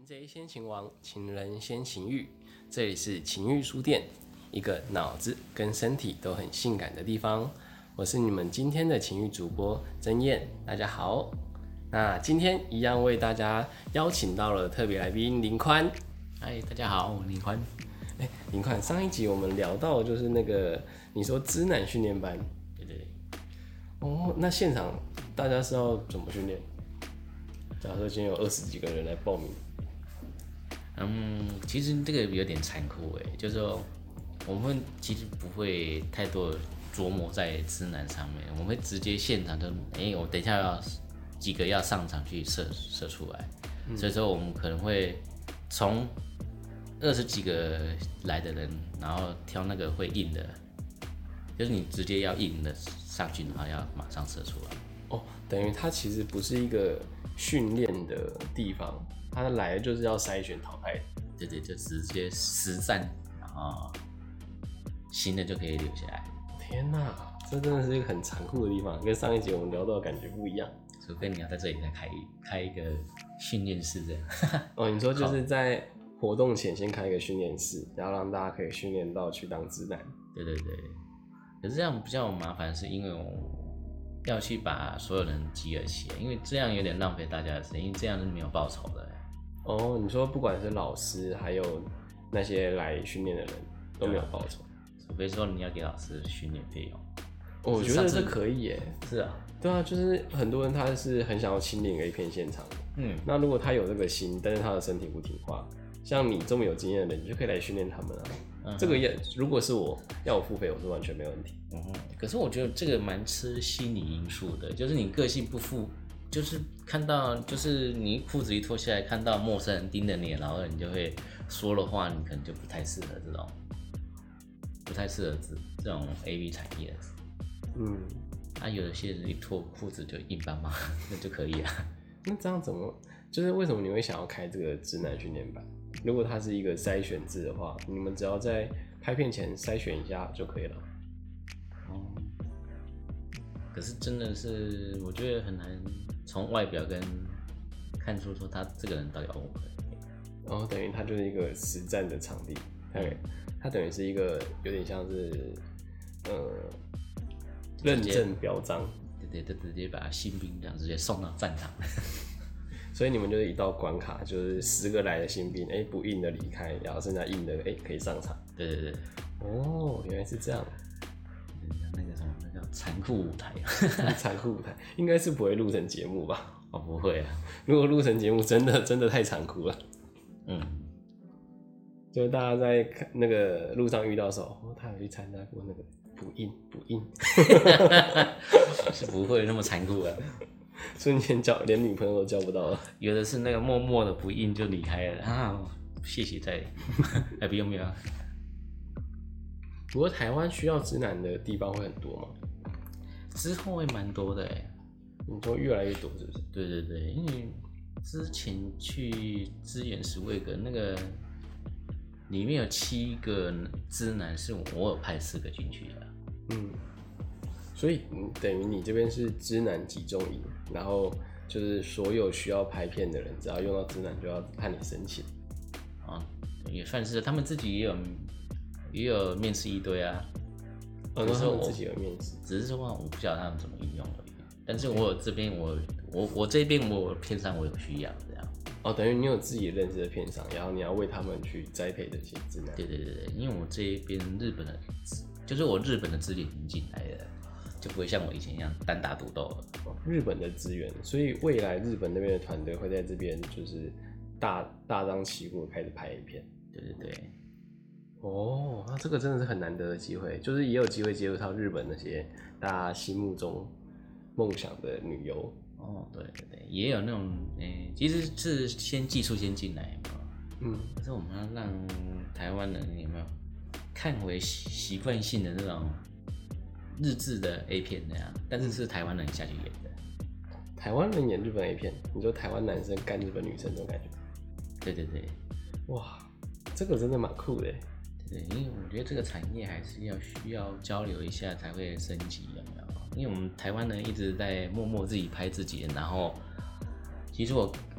贼先秦王，情人先情欲。这里是情欲书店，一个脑子跟身体都很性感的地方。我是你们今天的情欲主播曾燕，大家好。那今天一样为大家邀请到了特别来宾林宽。 嗨，大家好，我林宽。 林宽，上一集我们聊到就是那个你说知男训练班， 对。 哦，那现场大家是要怎么训练？假设今天有20几个人来报名。 其实这个有点残酷哎，就是说我们其实不会太多琢磨在知男上面，我们会直接现场就，我等一下要几个要上场去射出来，所以说我们可能会从20几个来的人，然后挑那个会硬的，就是你直接要硬的上去，然后要马上射出来。 哦，等于它其实不是一个训练的地方，它来的就是要筛选淘汰。 对，就直接实战，然后新的就可以留下来。 天哪，这真的是一个很残酷的地方，跟上一集我们聊到的感觉不一样。 除非你要在这里再开一个训练室这样。 哦，你说就是在活动前先开一个训练室，然后让大家可以训练到去当直男。 对。可是这样比较麻烦，是因为我要去把所有人集合起来，因为这样有点浪费大家的时间，因为这样是没有报酬的。 哦，你说不管是老师还有那些来训练的人都没有报酬， 除非说你要给老师训练费用。 哦，我觉得这可以耶。 是啊， 对啊，就是很多人他是很想要亲临 A 片现场的。那如果他有这个心，但是他的身体不听话，像你这么有经验的人，你就可以来训练他们啊。这个如果是我要我付费，我是完全没问题。 可是我觉得这个蛮吃心理因素的，就是你个性不符，就是看到就是你裤子一脱下来，看到陌生人盯着你，然后你就会说的话，你可能就不太适合这种 AV 产业。有些人一脱裤子就硬邦邦，那就可以了。 那这样怎么？就是为什么你会想要开这个直男训练班？如果它是一个筛选制的话，你们只要在拍片前筛选一下就可以了。 可是真的是，我觉得很难从外表跟看出说他这个人到底 OK。 然后等于它就是一个实战的场地，它等于是一个有点像是认证标章。 对，就直接把新兵这样直接送到战场。 所以你们就是一道关卡，就是10个来的新兵，不硬的离开，然后剩下硬的，可以上场。 对。 哦，原来是这样。 那个什么，那叫残酷舞台。 残酷舞台应该是不会录成节目吧？ 哦，不会啊。 如果录成节目，真的太残酷了。就是大家在那个路上遇到的时候，他有去参加过那个补印， 是不会那么残酷的。 瞬间连女朋友都交不到了。 有的是那个默默的不印就离开了啊，谢谢再，不用。 不过台湾需要直男的地方会很多吗？ 之后会蛮多的你说越来越多是不是？ 对，因为之前去支援10位个那个里面有7个直男，是我有派4个进去的。 所以等于你这边是直男集中营，然后就是所有需要拍片的人，只要用到直男就要和你申请。 也算是他们自己也有面试一堆啊。 他们自己有面试， 只是说我不晓得他们怎么运用而已。但是我这边我这边我片商我有需要这样。 等于你有自己认识的片商，然后你要为他们去栽培这些直男。 对，因为我这边日本的，就是我日本的资源已经进来了，就不会像我以前一样单打独斗了。 日本的资源，所以未来日本那边的团队会在这边就是大张旗鼓开始拍影片。 对。 那这个真的是很难得的机会，就是也有机会接触到日本那些大家心目中梦想的女优。 对，也有那种其实是先技术先进来嘛。可是我们要让台湾人有没有看回习惯性的那种日制的 A 片那样，但是是台湾人下去演的。 台湾人演日本 A 片，你说台湾男生干日本女生这种感觉？ 对。 哇，这个真的蛮酷的。 对，因为我觉得这个产业还是需要交流一下才会升级，有没有？因为我们台湾人一直在默默自己拍自己的，然后其实我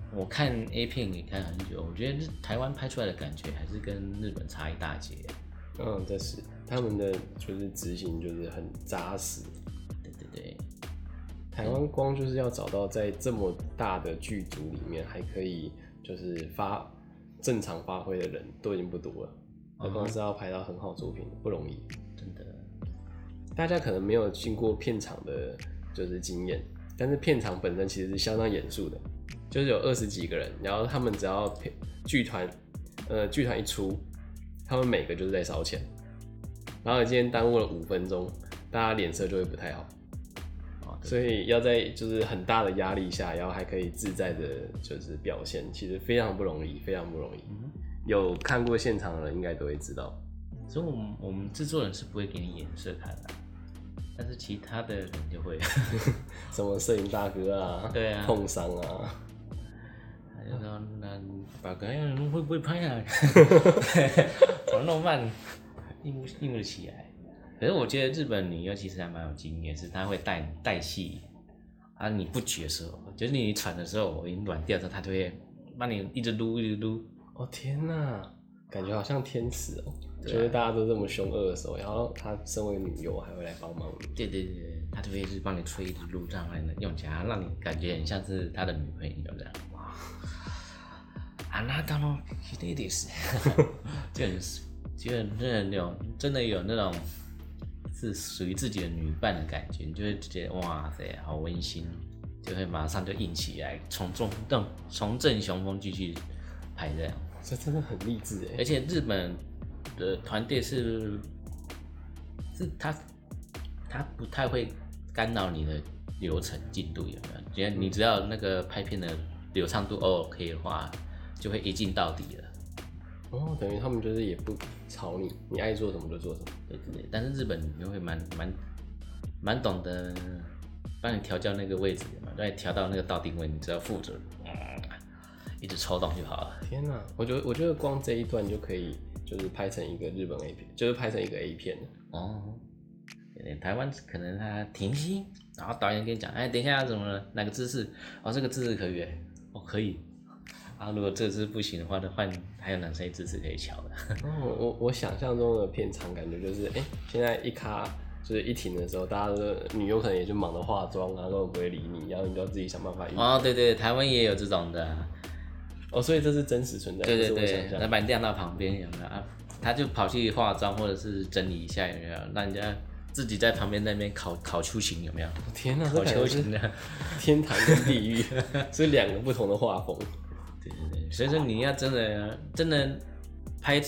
我看 A 片也看很久，我觉得台湾拍出来的感觉还是跟日本差一大截。 这是他们的就是执行就是很扎实。 对， 台湾光就是要找到在这么大的剧组里面还可以就是正常发挥的人都已经不多了，何况是要拍到很好作品，不容易。 真的， 大家可能没有经过片场的就是经验，但是片场本身其实是相当严肃的，就是有20几个人，然后他们只要剧团一出，他们每个就是在烧钱，然后今天耽误了5分钟，大家脸色就会不太好。所以要在就是很大的压力下，然后还可以自在的，就是表现，其实非常不容易，非常不容易。有看过现场的人应该都会知道。 所以我们制作人是不会给你颜色看的，但是其他的人就会， 什么摄影大哥啊， 对啊， 碰伤啊， 他就说那把个人会不会拍啊？怎么那么慢，硬不起来。可是我觉得日本女优其实还蛮有经验，是她会带戏啊，你不举的时候，就是你喘的时候，我已经软掉的时候，她就会帮你一直撸。 哦天哪，感觉好像天使哦！ 对啊， 就是大家都这么凶恶的时候，然后她身为女优还会来帮忙你。 对，她就会一直帮你吹一直撸，这样用起来，让你感觉很像是她的女朋友这样。哇，あなたのひでです，就真的有那种。是属于自己的女伴的感觉，你就会觉得哇塞，好温馨，就会马上就硬起来，重振雄风，继续拍这样。 这真的很励志哎！ 而且日本的团队是他不太会干扰你的流程进度，有没有？你只要那个拍片的流畅度 OK 的话，就会一镜到底了。 等于他们就是也不吵你，你爱做什么就做什么。 对，但是日本你会蛮懂得帮你调教那个位置嘛，让你调到那个到定位，你只要负责，一直抽动就好了。 天哪，我觉得光这一段就可以就是拍成一个日本 A 片，就是拍成一个 A 片哦。台湾可能他停息，然后导演跟你讲，等一下要怎么了？哪个姿势？这个姿势可以可以。如果这个姿势不行的话，换还有哪些姿势可以调的？ 我想象中的片场感觉就是，现在一卡就是一停的时候，大家的女优可能也就忙着化妆啊，根本不会理你，然后你就要自己想办法。 对，台湾也有这种的。 所以这是真实存在。 对，那把你晾到旁边有没有啊？他就跑去化妆或者是整理一下有没有？让人家自己在旁边那边烤秋瑾有没有？ 天哪， 烤秋瑾的天堂跟地狱是2个不同的画风。 对，所以说你要真的拍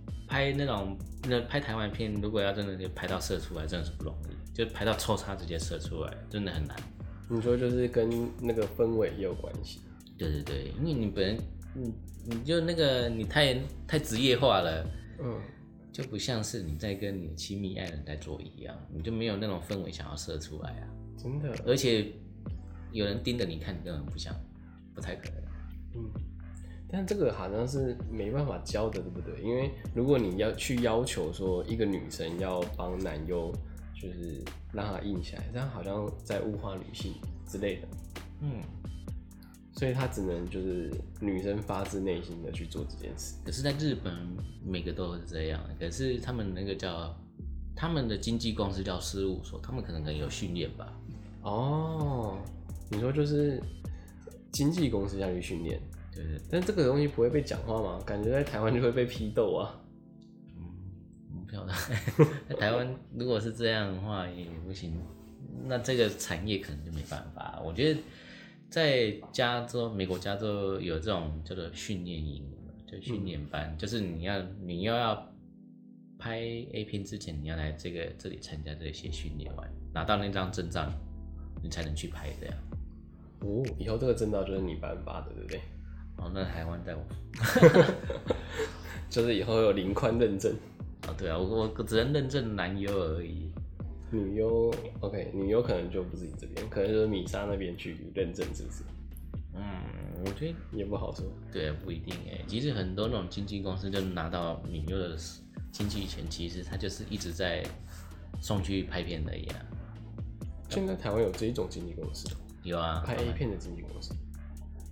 台湾片，如果要真的就拍到射出来，真的是不容易，就拍到抽插直接射出来，真的很难。 你说就是跟那个氛围也有关系。 对，因为你本人你就那个你太职业化了，就不像是你在跟你亲密爱人在做一样，你就没有那种氛围想要射出来啊。 真的， 而且有人盯着你看，你根本不太可能。 但这个好像是没办法教的，对不对？因为如果你要去要求说一个女生要帮男优，就是让他硬起来，这样好像在物化女性之类的。所以他只能就是女生发自内心的去做这件事。 可是，在日本每个都是这样，可是他们那个他们的经纪公司叫事务所，他们可能有训练吧。 你说就是经纪公司下去训练。 对， 但这个东西不会被讲话吗？感觉在台湾就会被批斗啊。 不晓得，在台湾如果是这样的话也不行，那这个产业可能就没办法。我觉得在美国加州有这种叫做训练营，就训练班，就是你要拍 A 片之前，你要来这里参加这些训练完，拿到那张证照，你才能去拍这样。 以后这个证照就是你颁发的，对不对？ 那台湾在我， 就是以后有零宽认证。 对啊，我只能认证男优而已。 女优 OK， 女优可能就不是你这边，可能就是米莎那边去认证，是不是？ 我觉得也不好说。对， 不一定其实很多那种经纪公司就拿到女优的经纪权，其实他就是一直在送去拍片的一样。 现在台湾有这一种经纪公司？ 有啊， 拍 A 片的经纪公司。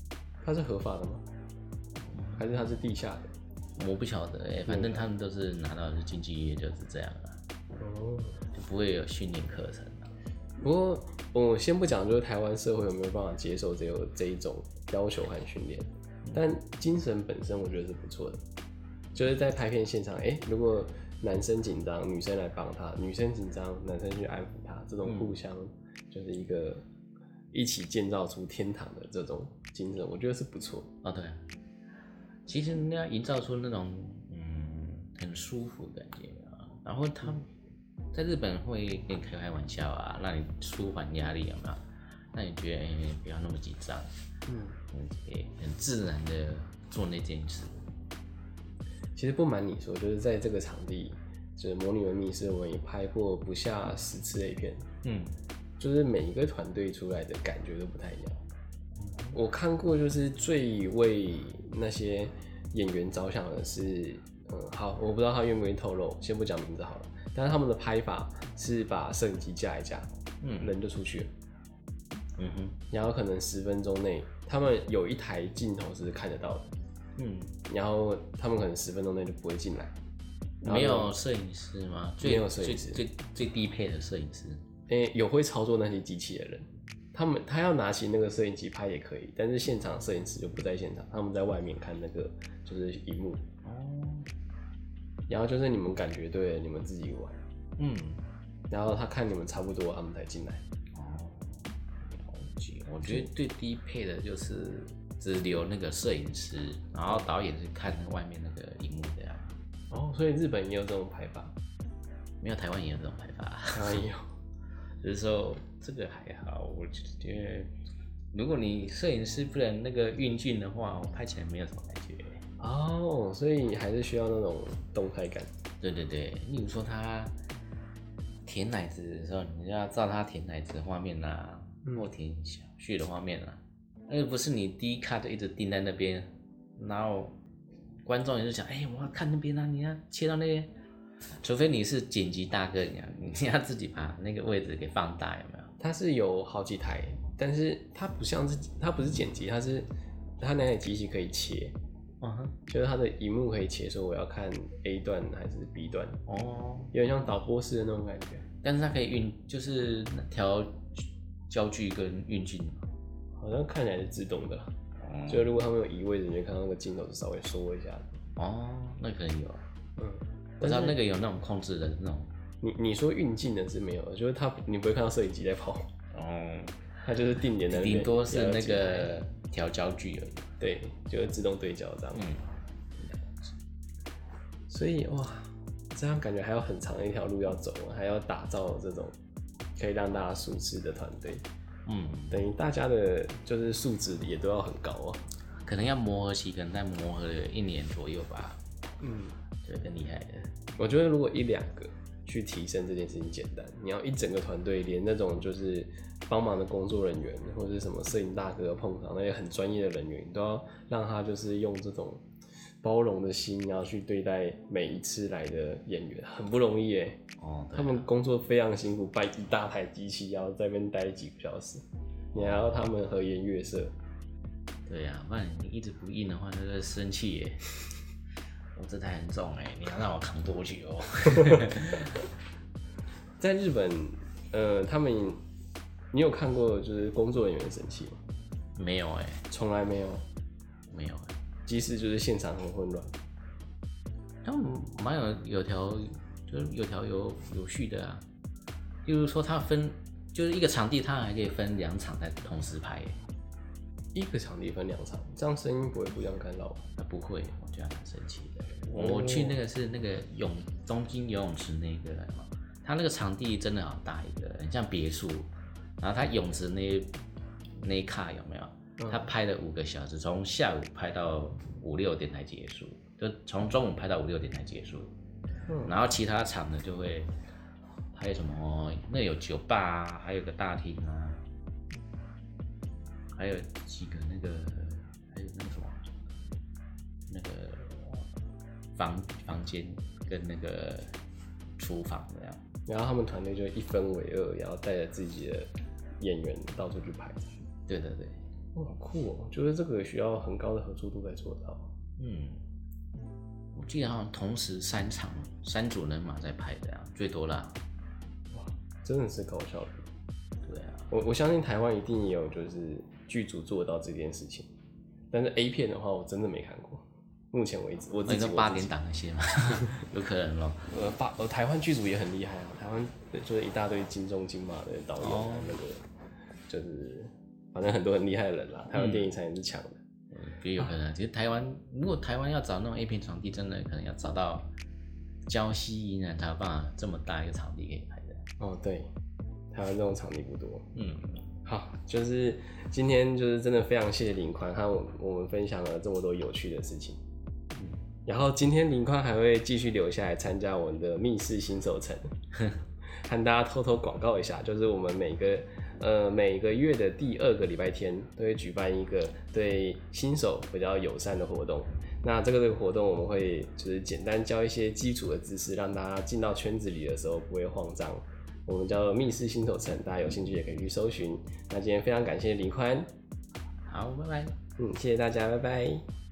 它是合法的吗？还是它是地下的？ 我不晓得反正他们都是拿到的是经纪业就是这样就不会有训练课程不过我先不讲，就是台湾社会有没有办法接受这一种要求和训练，但精神本身我觉得是不错的。就是在拍片现场，如果男生紧张，女生来帮他；女生紧张，男生去安抚他，这种互相就是一起建造出天堂的这种精神，我觉得是不错。 对。其实你要营造出那种很舒服的感觉然后他在日本会跟你开玩笑让你舒缓压力有没有？让你觉得不要那么紧张，很自然的做那件事。 其实不瞒你说，就是在这个场地，就是《魔女的密室》，我也拍过不下10次 A 片，就是每一个团队出来的感觉都不太一样。我看过，就是最为那些演员着想的是，好，我不知道他愿不愿意透露，先不讲名字好了。但是他们的拍法是把摄影机架一架，人就出去了，然后可能10分钟内，他们有一台镜头是看得到的，然后他们可能10分钟内就不会进来。 没有摄影师吗？ 没有摄影师， 最低配的摄影师。 有会操作那些机器的人。他要拿起那个摄影机拍也可以，但是现场摄影师就不在现场，他们在外面看那个就是荧幕。然后就是你们感觉对了，你们自己玩。然后他看你们差不多，他们才进来。 我觉得最低配的就是只留那个摄影师，然后导演是看外面那个荧幕这样。 所以日本也有这种拍法？ 没有，台湾也有这种拍法。 台湾也有。 就是说这个还好，我觉得如果你摄影师不能那个运镜的话，我拍起来没有什么感觉。 所以还是需要那种动态感。 对，例如说他舔奶子的时候，你要照他舔奶子的画面或舔小穴的画面那个不是你第一卡就一直盯在那边，然后观众也是想，我要看那边你要切到那边。除非你是剪辑大哥，你要自己把那个位置给放大，有没有？ 它是有好几台，但是它不是剪辑，它那台机器可以切，就是它的荧幕可以切，说我要看 A 段还是 B 段，有点像导播式的那种感觉。 但是它可以就是调焦距跟运镜， 好像看起来是自动的，就如果他们有移位置，你会看到那个镜头是稍微缩一下的。 那可以有，我知道那个有那种控制的那种。 你说运镜的是没有的，就是你不会看到摄影机在跑，它就是定点在那边， 顶多是那个调焦距而已。 对，就是自动对焦这样。所以这样感觉还有很长的一条路要走，还要打造这种可以让大家舒适的团队。等于大家的就是素质也都要很高可能要磨合期，可能再磨合了1年左右吧。就更厉害的。 我觉得如果1-2个去提升这件事情简单，你要一整个团队，连那种就是帮忙的工作人员或者是什么摄影大哥碰上那些很专业的人员，你都要让他就是用这种包容的心，然后去对待每一次来的演员，很不容易耶。他们工作非常辛苦，摆一大台机器，然后在那边待几个小时，你还要他们和颜悦色。 对呀，不然你一直不硬的话，就会生气耶。这台很重你要让我扛多久？ 在日本，你有看过就是工作人员生气吗？ 没有从来没有。 没有即使就是现场很混乱， 他们蛮有条有序的例如说他分就是一个场地，他还可以分2场在同时拍一个场地分2场，这样声音不会互相干扰吗？ 不会，我觉得蛮神奇的。我去那个是那个东京游泳池那个他那个场地真的好大一个，很像别墅。然后他泳池那一卡有没有？他拍了5个小时，从下午拍到5-6点才结束，就从中午拍到5-6点才结束。然后其他场的就会还有什么？那有酒吧还有个大厅还有几个还有那个什么，那个房间跟那个厨房这样。 然后他们团队就一分为2，然后带着自己的演员到处去拍。 对。 好酷哦！就是这个需要很高的合作度才做得到。 我记得好像同时3组人马在拍的啊，最多啦。 哇，真的是高效率。 对啊， 我相信台湾一定也有就是剧组做到这件事情，但是 A 片的话，我真的没看过。目前为止，我自己 8点档那些嘛，有可能咯。 台湾剧组也很厉害啊，台湾就是一大堆金钟金马的导演啊，那个就是反正很多很厉害的人啦，台湾电影产业是强的。 比较有可能，其实如果台湾要找那种 A 片场地，真的可能要找到礁溪宜兰才有办法这么大一个场地可以拍的。 哦，对，台湾这种场地不多。好，就是今天就是真的非常谢谢林宽和我们分享了这么多有趣的事情。然后今天林宽还会继续留下来参加我们的密室新手城，和大家偷偷广告一下，就是我们每个月的第2个礼拜天都会举办一个对新手比较友善的活动。那这个活动我们会就是简单教一些基础的知识，让大家进到圈子里的时候不会慌张。我们叫做密室新手城，大家有兴趣也可以去搜寻。那今天非常感谢林宽， 好，拜拜。 谢谢大家，拜拜。